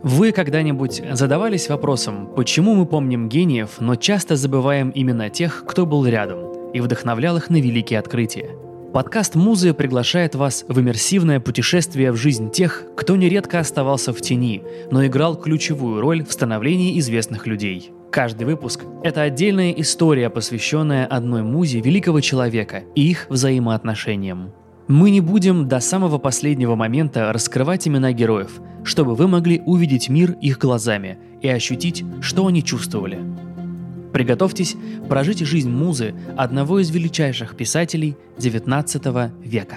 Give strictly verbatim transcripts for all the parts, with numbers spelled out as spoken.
Вы когда-нибудь задавались вопросом, почему мы помним гениев, но часто забываем имена тех, кто был рядом и вдохновлял их на великие открытия? Подкаст «Музы» приглашает вас в иммерсивное путешествие в жизнь тех, кто нередко оставался в тени, но играл ключевую роль в становлении известных людей. Каждый выпуск – это отдельная история, посвященная одной музе великого человека и их взаимоотношениям. Мы не будем до самого последнего момента раскрывать имена героев, чтобы вы могли увидеть мир их глазами и ощутить, что они чувствовали. Приготовьтесь прожить жизнь музы одного из величайших писателей девятнадцатого века.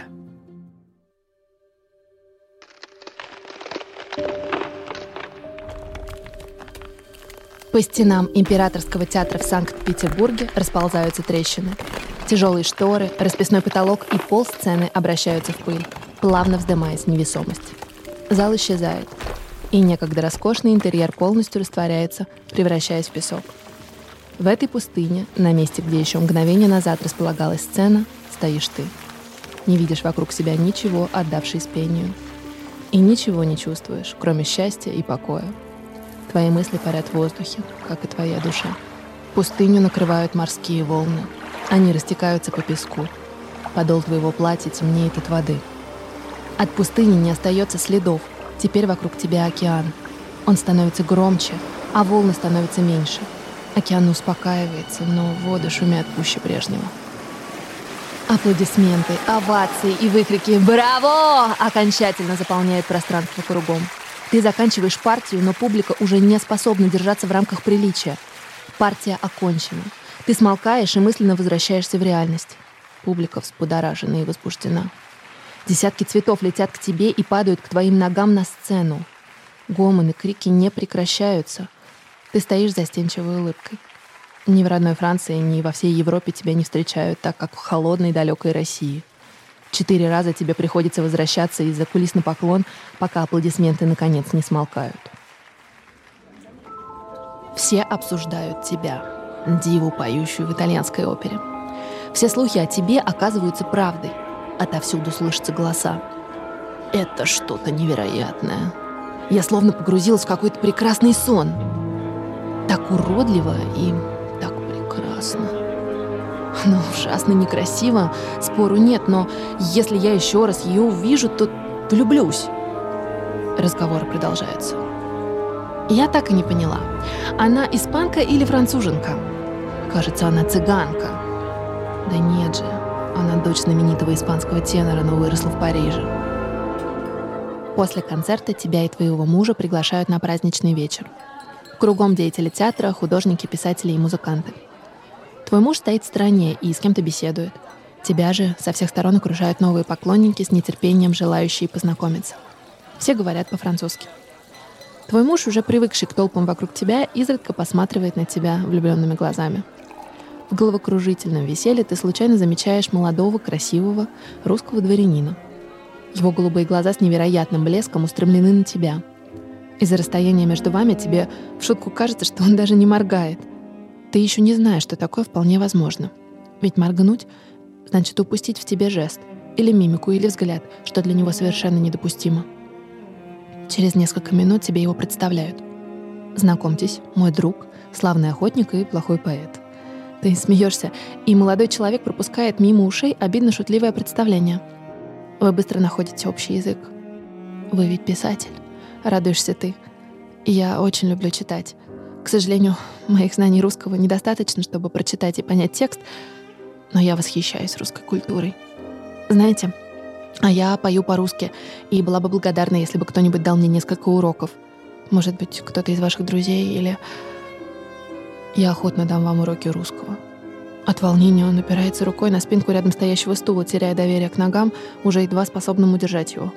По стенам Императорского театра в Санкт-Петербурге расползаются трещины. Тяжелые шторы, расписной потолок и пол сцены обращаются в пыль, плавно вздымаясь в невесомость. Зал исчезает, и некогда роскошный интерьер полностью растворяется, превращаясь в песок. В этой пустыне, на месте, где еще мгновение назад располагалась сцена, стоишь ты. Не видишь вокруг себя ничего, отдавшись пению. И ничего не чувствуешь, кроме счастья и покоя. Твои мысли парят в воздухе, как и твоя душа. Пустыню накрывают морские волны. Они растекаются по песку. Подол твоего платья темнеет от воды. От пустыни не остается следов. Теперь вокруг тебя океан. Он становится громче, а волны становятся меньше. Океан успокаивается, но воды шумят пуще прежнего. Аплодисменты, овации и выкрики «Браво!» окончательно заполняют пространство кругом. Ты заканчиваешь партию, но публика уже не способна держаться в рамках приличия. Партия окончена. Ты смолкаешь и мысленно возвращаешься в реальность. Публика взбудоражена и возбуждена. Десятки цветов летят к тебе и падают к твоим ногам на сцену. Гомон и крики не прекращаются. Ты стоишь с застенчивой улыбкой. Ни в родной Франции, ни во всей Европе тебя не встречают так, как в холодной далекой России. Четыре раза тебе приходится возвращаться из-за кулис на поклон, пока аплодисменты наконец не смолкают. Все обсуждают тебя, диву, поющую в итальянской опере. Все слухи о тебе оказываются правдой. Отовсюду слышатся голоса. Это что-то невероятное. Я словно погрузилась в какой-то прекрасный сон. Так уродливо и так прекрасно. Ну, ужасно некрасиво, спору нет, но если я еще раз ее увижу, то влюблюсь. Разговоры продолжаются. Я так и не поняла, она испанка или француженка? Кажется, она цыганка. Да нет же, она дочь знаменитого испанского тенора, но выросла в Париже. После концерта тебя и твоего мужа приглашают на праздничный вечер. Кругом деятели театра, художники, писатели и музыканты. Твой муж стоит в стороне и с кем-то беседует. Тебя же со всех сторон окружают новые поклонники с нетерпением, желающие познакомиться. Все говорят по-французски. Твой муж, уже привыкший к толпам вокруг тебя, изредка посматривает на тебя влюбленными глазами. В головокружительном веселье ты случайно замечаешь молодого, красивого русского дворянина. Его голубые глаза с невероятным блеском устремлены на тебя. Из-за расстояния между вами тебе в шутку кажется, что он даже не моргает. Ты еще не знаешь, что такое вполне возможно. Ведь моргнуть — значит упустить в тебе жест, или мимику, или взгляд, что для него совершенно недопустимо. Через несколько минут тебе его представляют. Знакомьтесь, мой друг, славный охотник и плохой поэт. Ты смеешься, и молодой человек пропускает мимо ушей обидно-шутливое представление. Вы быстро находите общий язык. Вы ведь писатель. Радуешься ты. Я очень люблю читать. К сожалению, моих знаний русского недостаточно, чтобы прочитать и понять текст, но я восхищаюсь русской культурой. Знаете, а я пою по-русски, и была бы благодарна, если бы кто-нибудь дал мне несколько уроков. Может быть, кто-то из ваших друзей или... Я охотно дам вам уроки русского. От волнения он опирается рукой на спинку рядом стоящего стула, теряя доверие к ногам, уже едва способным удержать его.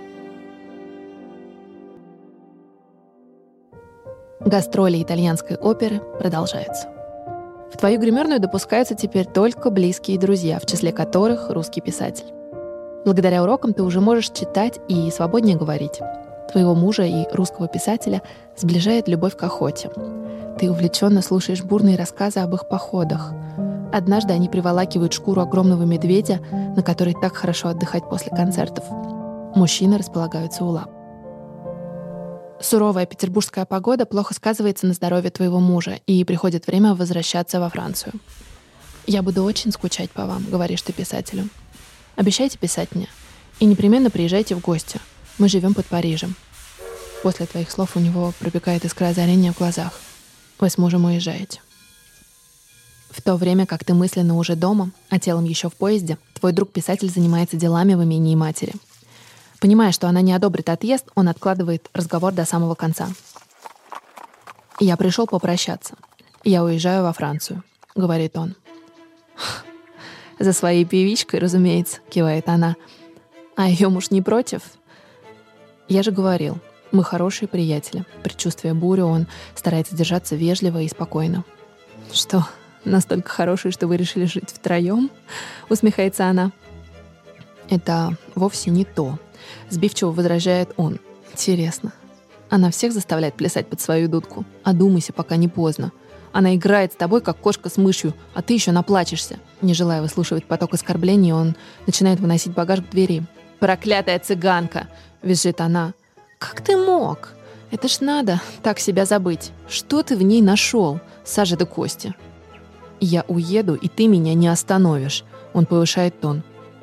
Гастроли итальянской оперы продолжаются. В твою гримерную допускаются теперь только близкие друзья, в числе которых русский писатель. Благодаря урокам ты уже можешь читать и свободнее говорить. Твоего мужа и русского писателя сближает любовь к охоте. Ты увлеченно слушаешь бурные рассказы об их походах. Однажды они приволакивают шкуру огромного медведя, на которой так хорошо отдыхать после концертов. Мужчины располагаются у лап. Суровая петербургская погода плохо сказывается на здоровье твоего мужа, и приходит время возвращаться во Францию. «Я буду очень скучать по вам», — говоришь ты писателю. «Обещайте писать мне. И непременно приезжайте в гости. Мы живем под Парижем». После твоих слов у него пробегает искра озарения в глазах. Вы с мужем уезжаете. В то время как ты мысленно уже дома, а телом еще в поезде, твой друг-писатель занимается делами в имении матери. Понимая, что она не одобрит отъезд, он откладывает разговор до самого конца. «Я пришел попрощаться. Я уезжаю во Францию», — говорит он. «За своей певичкой, разумеется», — кивает она. «А ее муж не против?» «Я же говорил, мы хорошие приятели». Предчувствуя бурю, он старается держаться вежливо и спокойно. «Что, настолько хорошие, что вы решили жить втроем?» — усмехается она. «Это вовсе не то», — сбивчиво возражает он. «Интересно. Она всех заставляет плясать под свою дудку? Одумайся, пока не поздно. Она играет с тобой, как кошка с мышью, а ты еще наплачешься». Не желая выслушивать поток оскорблений, он начинает выносить багаж к двери. «Проклятая цыганка!» — визжит она. «Как ты мог? Это ж надо так себя забыть. Что ты в ней нашел, сажа да кости?» «Я уеду, и ты меня не остановишь», — он повышает тон.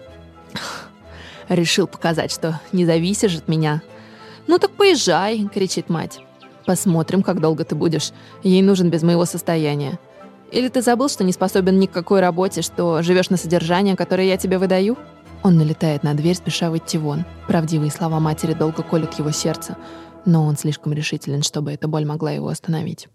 «Решил показать, что не зависишь от меня». «Ну так поезжай», — кричит мать. «Посмотрим, как долго ты будешь. Ей нужен без моего состояния. Или ты забыл, что не способен ни к какой работе, что живешь на содержание, которое я тебе выдаю?» Он налетает на дверь, спеша выйти вон. Правдивые слова матери долго колют его сердце, но он слишком решителен, чтобы эта боль могла его остановить.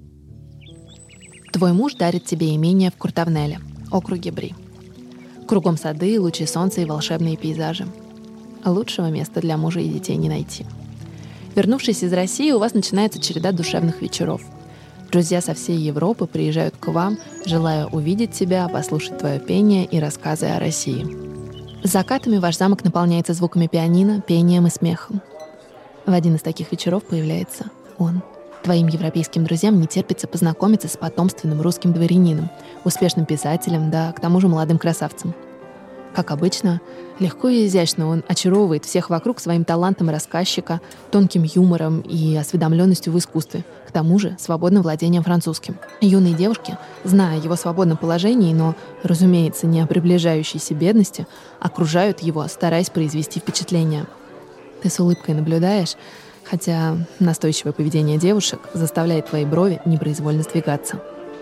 Твой муж дарит тебе имение в Куртавнеле, округе Бри. Кругом сады, лучи солнца и волшебные пейзажи. Лучшего места для мужа и детей не найти. Вернувшись из России, у вас начинается череда душевных вечеров. Друзья со всей Европы приезжают к вам, желая увидеть тебя, послушать твое пение и рассказы о России. С закатами ваш замок наполняется звуками пианино, пением и смехом. В один из таких вечеров появляется он. Твоим европейским друзьям не терпится познакомиться с потомственным русским дворянином, успешным писателем, да к тому же молодым красавцем. Как обычно, легко и изящно он очаровывает всех вокруг своим талантом рассказчика, тонким юмором и осведомленностью в искусстве, к тому же свободным владением французским. Юные девушки, зная его свободном положении, но, разумеется, не о приближающейся бедности, окружают его, стараясь произвести впечатление. Ты с улыбкой наблюдаешь, хотя настойчивое поведение девушек заставляет твои брови непроизвольно сдвигаться.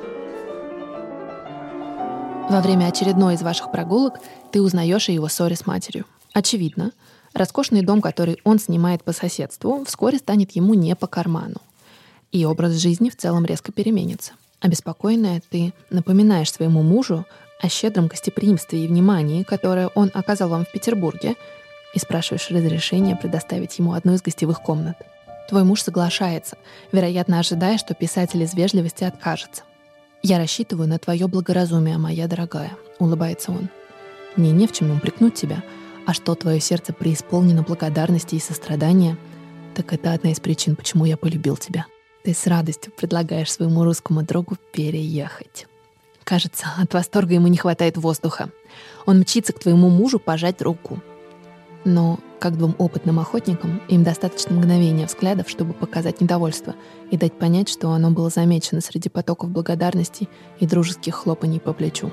Во время очередной из ваших прогулок ты узнаешь о его ссоре с матерью. Очевидно, роскошный дом, который он снимает по соседству, вскоре станет ему не по карману. И образ жизни в целом резко переменится. Обеспокоенная, ты напоминаешь своему мужу о щедром гостеприимстве и внимании, которое он оказал вам в Петербурге, и спрашиваешь разрешения предоставить ему одну из гостевых комнат. Твой муж соглашается, вероятно, ожидая, что писатель из вежливости откажется. «Я рассчитываю на твое благоразумие, моя дорогая», — улыбается он. «Мне не в чем упрекнуть тебя, а что твое сердце преисполнено благодарности и сострадания, так это одна из причин, почему я полюбил тебя. Ты с радостью предлагаешь своему русскому другу переехать». Кажется, от восторга ему не хватает воздуха. Он мчится к твоему мужу пожать руку. Но, как двум опытным охотникам, им достаточно мгновения взглядов, чтобы показать недовольство и дать понять, что оно было замечено среди потоков благодарностей и дружеских хлопаний по плечу.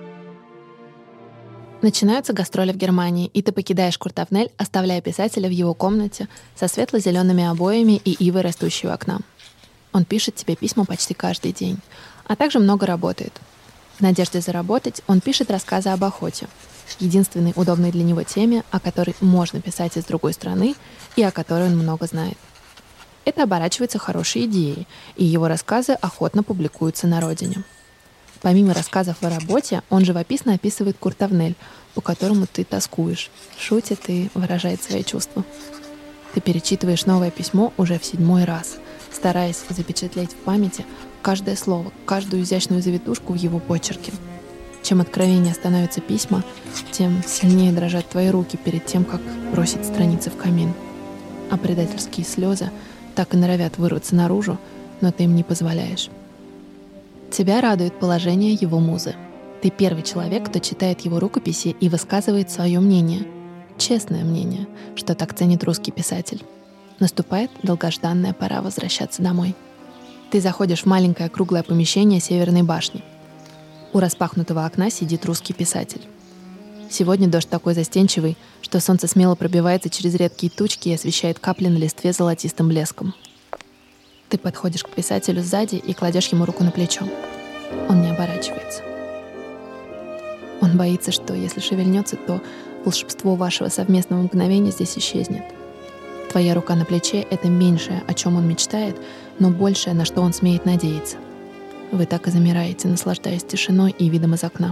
Начинаются гастроли в Германии, и ты покидаешь Куртавнель, оставляя писателя в его комнате со светло-зелеными обоями и ивой, растущей у окна. Он пишет тебе письма почти каждый день, а также много работает. В надежде заработать он пишет рассказы об охоте, единственной удобной для него теме, о которой можно писать из другой страны и о которой он много знает. Это оборачивается хорошей идеей, и его рассказы охотно публикуются на родине. Помимо рассказов о работе, он живописно описывает Куртавнель, по которому ты тоскуешь, шутит и выражает свои чувства. Ты перечитываешь новое письмо уже в седьмой раз, стараясь запечатлеть в памяти каждое слово, каждую изящную завитушку в его почерке. Чем откровеннее становятся письма, тем сильнее дрожат твои руки перед тем, как бросить страницы в камин. А предательские слезы так и норовят вырваться наружу, но ты им не позволяешь. Тебя радует положение его музы. Ты первый человек, кто читает его рукописи и высказывает свое мнение. Честное мнение, что так ценит русский писатель. Наступает долгожданная пора возвращаться домой. Ты заходишь в маленькое круглое помещение Северной башни. У распахнутого окна сидит русский писатель. Сегодня дождь такой застенчивый, что солнце смело пробивается через редкие тучки и освещает капли на листве золотистым блеском. Ты подходишь к писателю сзади и кладешь ему руку на плечо. Он не оборачивается. Он боится, что если шевельнется, то волшебство вашего совместного мгновения здесь исчезнет. Твоя рука на плече — это меньшее, о чем он мечтает, но большее, на что он смеет надеяться. Вы так и замираете, наслаждаясь тишиной и видом из окна.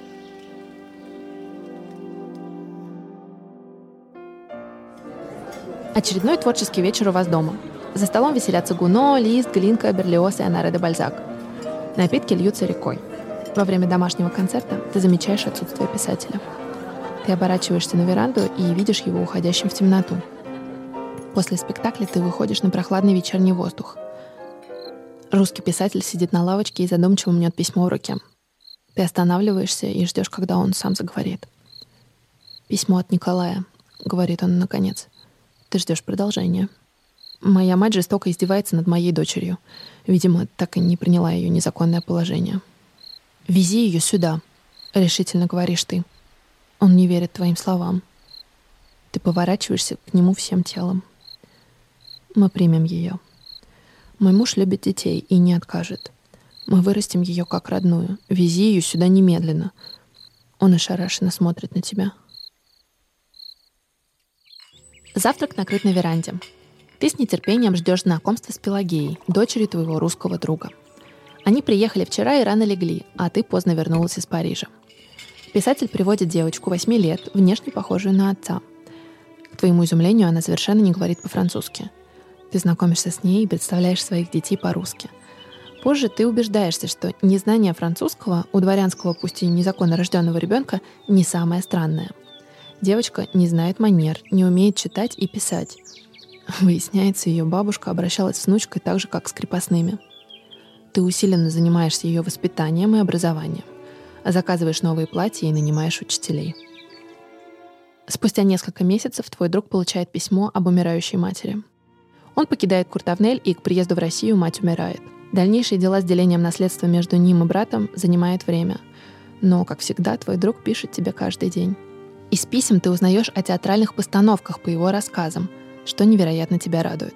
Очередной творческий вечер у вас дома. За столом веселятся Гуно, Лист, Глинка, Берлиоз и Оноре де Бальзак. Напитки льются рекой. Во время домашнего концерта ты замечаешь отсутствие писателя. Ты оборачиваешься на веранду и видишь его уходящим в темноту. После спектакля ты выходишь на прохладный вечерний воздух. Русский писатель сидит на лавочке и задумчиво мнет письмо в руке. Ты останавливаешься и ждешь, когда он сам заговорит. «Письмо от Николая», — говорит он наконец. «Ты ждешь продолжения. Моя мать жестоко издевается над моей дочерью. Видимо, так и не приняла ее незаконное положение. Вези ее сюда», — решительно говоришь ты. Он не верит твоим словам. Ты поворачиваешься к нему всем телом. «Мы примем ее. Мой муж любит детей и не откажет. Мы вырастим ее как родную. Вези ее сюда немедленно». Он ошарашенно смотрит на тебя. Завтрак накрыт на веранде. Ты с нетерпением ждешь знакомства с Пелагеей, дочерью твоего русского друга. Они приехали вчера и рано легли, а ты поздно вернулась из Парижа. Писатель приводит девочку восьми лет, внешне похожую на отца. К твоему изумлению, она совершенно не говорит по-французски. Ты знакомишься с ней и представляешь своих детей по-русски. Позже ты убеждаешься, что незнание французского у дворянского, пусть и незаконно рожденного ребенка, не самое странное. Девочка не знает манер, не умеет читать и писать. Выясняется, ее бабушка обращалась с внучкой так же, как с крепостными. Ты усиленно занимаешься ее воспитанием и образованием. Заказываешь новые платья и нанимаешь учителей. Спустя несколько месяцев твой друг получает письмо об умирающей матери. Он покидает Куртавнель, и к приезду в Россию мать умирает. Дальнейшие дела с делением наследства между ним и братом занимает время. Но, как всегда, твой друг пишет тебе каждый день. Из писем ты узнаешь о театральных постановках по его рассказам, что невероятно тебя радует.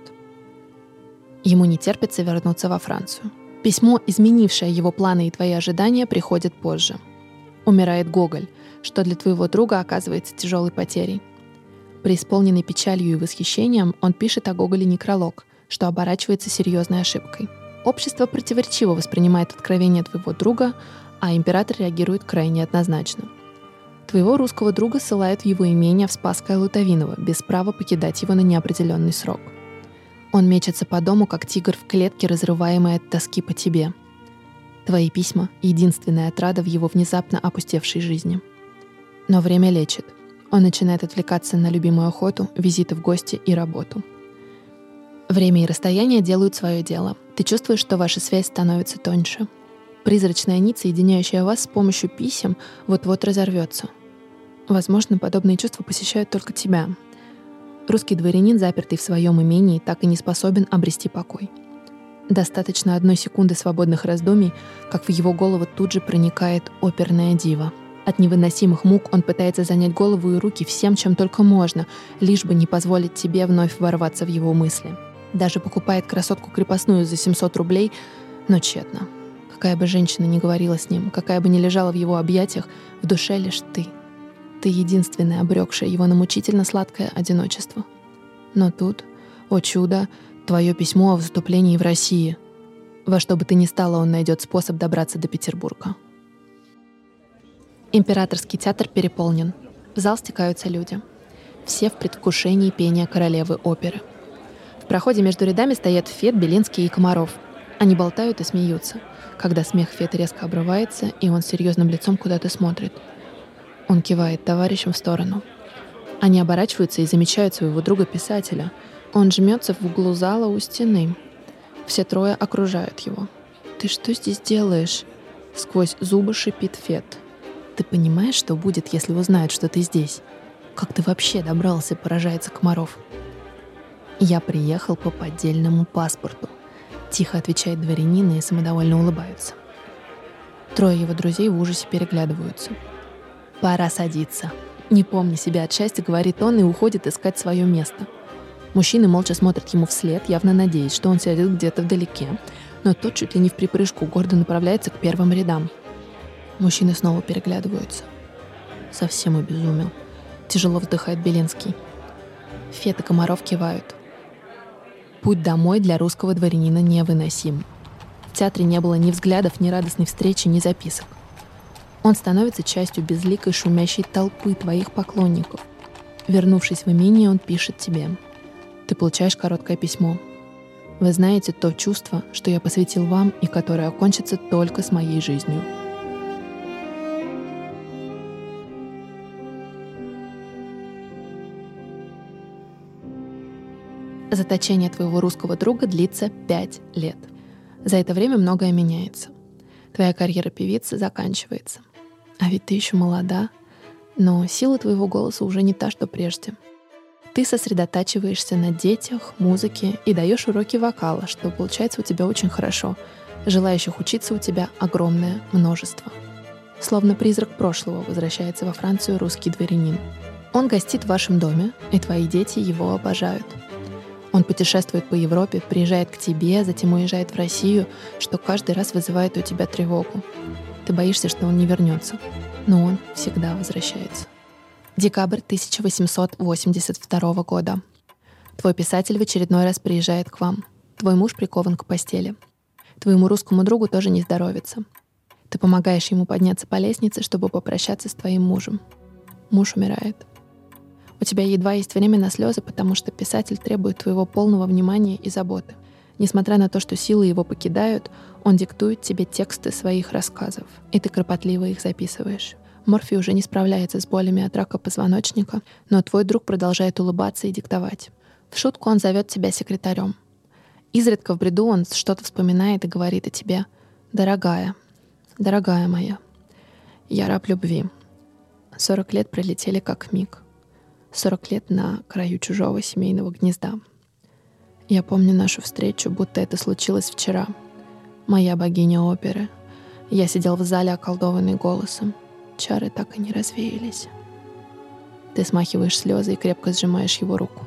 Ему не терпится вернуться во Францию. Письмо, изменившее его планы и твои ожидания, приходит позже. Умирает Гоголь, что для твоего друга оказывается тяжелой потерей. Преисполненный печалью и восхищением, он пишет о Гоголе некролог, что оборачивается серьезной ошибкой. Общество противоречиво воспринимает откровение твоего друга, а император реагирует крайне однозначно. Твоего русского друга ссылают в его имение в Спасское Лутовиново, без права покидать его на неопределенный срок. Он мечется по дому, как тигр в клетке, разрываемый от тоски по тебе. Твои письма — единственная отрада в его внезапно опустевшей жизни. Но время лечит. Он начинает отвлекаться на любимую охоту, визиты в гости и работу. Время и расстояние делают свое дело. Ты чувствуешь, что ваша связь становится тоньше. Призрачная нить, соединяющая вас с помощью писем, вот-вот разорвется. Возможно, подобные чувства посещают только тебя. Русский дворянин, запертый в своем имении, так и не способен обрести покой. Достаточно одной секунды свободных раздумий, как в его голову тут же проникает оперная дива. От невыносимых мук он пытается занять голову и руки всем, чем только можно, лишь бы не позволить тебе вновь ворваться в его мысли. Даже покупает красотку крепостную за семьсот рублей, но тщетно. Какая бы женщина ни говорила с ним, какая бы ни лежала в его объятиях, в душе лишь ты. Ты единственная, обрекшая его на мучительно сладкое одиночество. Но тут, о чудо, твое письмо о выступлении в России. Во что бы ты ни стала, он найдет способ добраться до Петербурга. Императорский театр переполнен. В зал стекаются люди. Все в предвкушении пения королевы оперы. В проходе между рядами стоят Фет, Белинский и Комаров. Они болтают и смеются, когда смех Фета резко обрывается, и он серьезным лицом куда-то смотрит. Он кивает товарищам в сторону. Они оборачиваются и замечают своего друга-писателя. Он жмется в углу зала у стены. Все трое окружают его. «Ты что здесь делаешь?» — сквозь зубы шипит Фет. «Ты понимаешь, что будет, если узнают, что ты здесь? Как ты вообще добрался?» — поражается Комаров. «Я приехал по поддельному паспорту», — тихо отвечает дворянин, и самодовольно улыбаются. Трое его друзей в ужасе переглядываются. «Пора садиться». Не помня себя от счастья, говорит он и уходит искать свое место. Мужчины молча смотрят ему вслед, явно надеясь, что он сядет где-то вдалеке, но тот чуть ли не вприпрыжку гордо направляется к первым рядам. Мужчины снова переглядываются. Совсем обезумел. Тяжело вздыхает Белинский. Фет и Комаров кивают. Путь домой для русского дворянина невыносим. В театре не было ни взглядов, ни радостной встречи, ни записок. Он становится частью безликой шумящей толпы твоих поклонников. Вернувшись в имение, он пишет тебе. Ты получаешь короткое письмо. Вы знаете то чувство, что я посвятил вам и которое окончится только с моей жизнью. Заточение твоего русского друга длится пять лет. За это время многое меняется. Твоя карьера певицы заканчивается. А ведь ты еще молода, но сила твоего голоса уже не та, что прежде. Ты сосредотачиваешься на детях, музыке и даешь уроки вокала, что получается у тебя очень хорошо. Желающих учиться у тебя огромное множество. Словно призрак прошлого возвращается во Францию русский дворянин. Он гостит в вашем доме, и твои дети его обожают. Он путешествует по Европе, приезжает к тебе, затем уезжает в Россию, что каждый раз вызывает у тебя тревогу. Ты боишься, что он не вернется, но он всегда возвращается. Декабрь тысяча восемьсот восемьдесят второго года. Твой писатель в очередной раз приезжает к вам. Твой муж прикован к постели. Твоему русскому другу тоже не здоровится. Ты помогаешь ему подняться по лестнице, чтобы попрощаться с твоим мужем. Муж умирает. У тебя едва есть время на слезы, потому что писатель требует твоего полного внимания и заботы. Несмотря на то, что силы его покидают, он диктует тебе тексты своих рассказов, и ты кропотливо их записываешь. Морфий уже не справляется с болями от рака позвоночника, но твой друг продолжает улыбаться и диктовать. В шутку он зовет тебя секретарем. Изредка в бреду он что-то вспоминает и говорит о тебе. «Дорогая, дорогая моя, я раб любви. Сорок лет пролетели как миг. Сорок лет на краю чужого семейного гнезда. Я помню нашу встречу, будто это случилось вчера. Моя богиня оперы. Я сидел в зале, околдованный голосом. Чары так и не развеялись». Ты смахиваешь слезы и крепко сжимаешь его руку.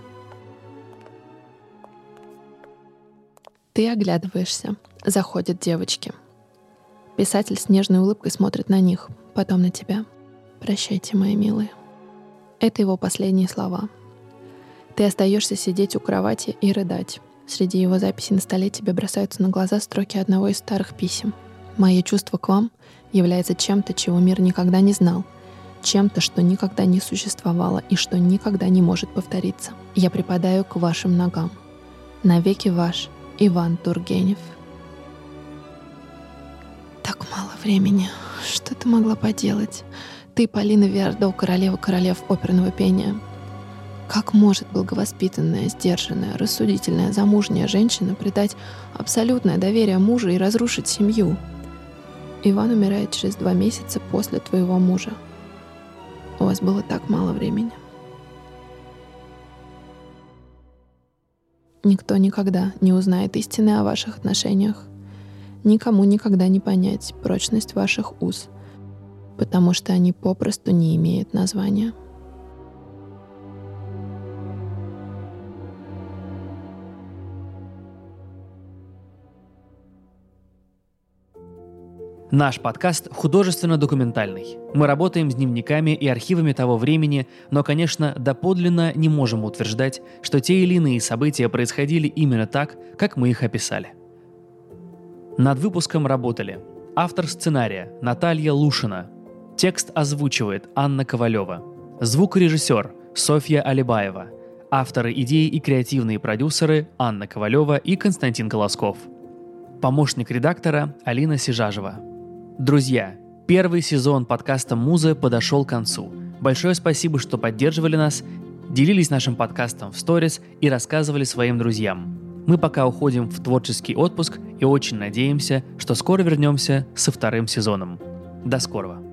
Ты оглядываешься. Заходят девочки. Писатель с нежной улыбкой смотрит на них, потом на тебя. «Прощайте, мои милые». Это его последние слова. Ты остаешься сидеть у кровати и рыдать. Среди его записей на столе тебе бросаются на глаза строки одного из старых писем. «Мое чувство к вам является чем-то, чего мир никогда не знал, чем-то, что никогда не существовало и что никогда не может повториться. Я припадаю к вашим ногам. Навеки ваш Иван Тургенев». Так мало времени. Что ты могла поделать? Ты, Полина Виардо, королева королев оперного пения. Как может благовоспитанная, сдержанная, рассудительная, замужняя женщина предать абсолютное доверие мужу и разрушить семью? Иван умирает через два месяца после твоего мужа. У вас было так мало времени. Никто никогда не узнает истины о ваших отношениях. Никому никогда не понять прочность ваших уз, потому что они попросту не имеют названия. Наш подкаст художественно-документальный. Мы работаем с дневниками и архивами того времени, но, конечно, доподлинно не можем утверждать, что те или иные события происходили именно так, как мы их описали. Над выпуском работали автор сценария Наталья Лушина, текст озвучивает Анна Ковалева, звукорежиссер Софья Алибаева, авторы идей и креативные продюсеры Анна Ковалева и Константин Колосков, помощник редактора Алина Сижажева. Друзья, первый сезон подкаста «Муза» подошел к концу. Большое спасибо, что поддерживали нас, делились нашим подкастом в сторис и рассказывали своим друзьям. Мы пока уходим в творческий отпуск и очень надеемся, что скоро вернемся со вторым сезоном. До скорого!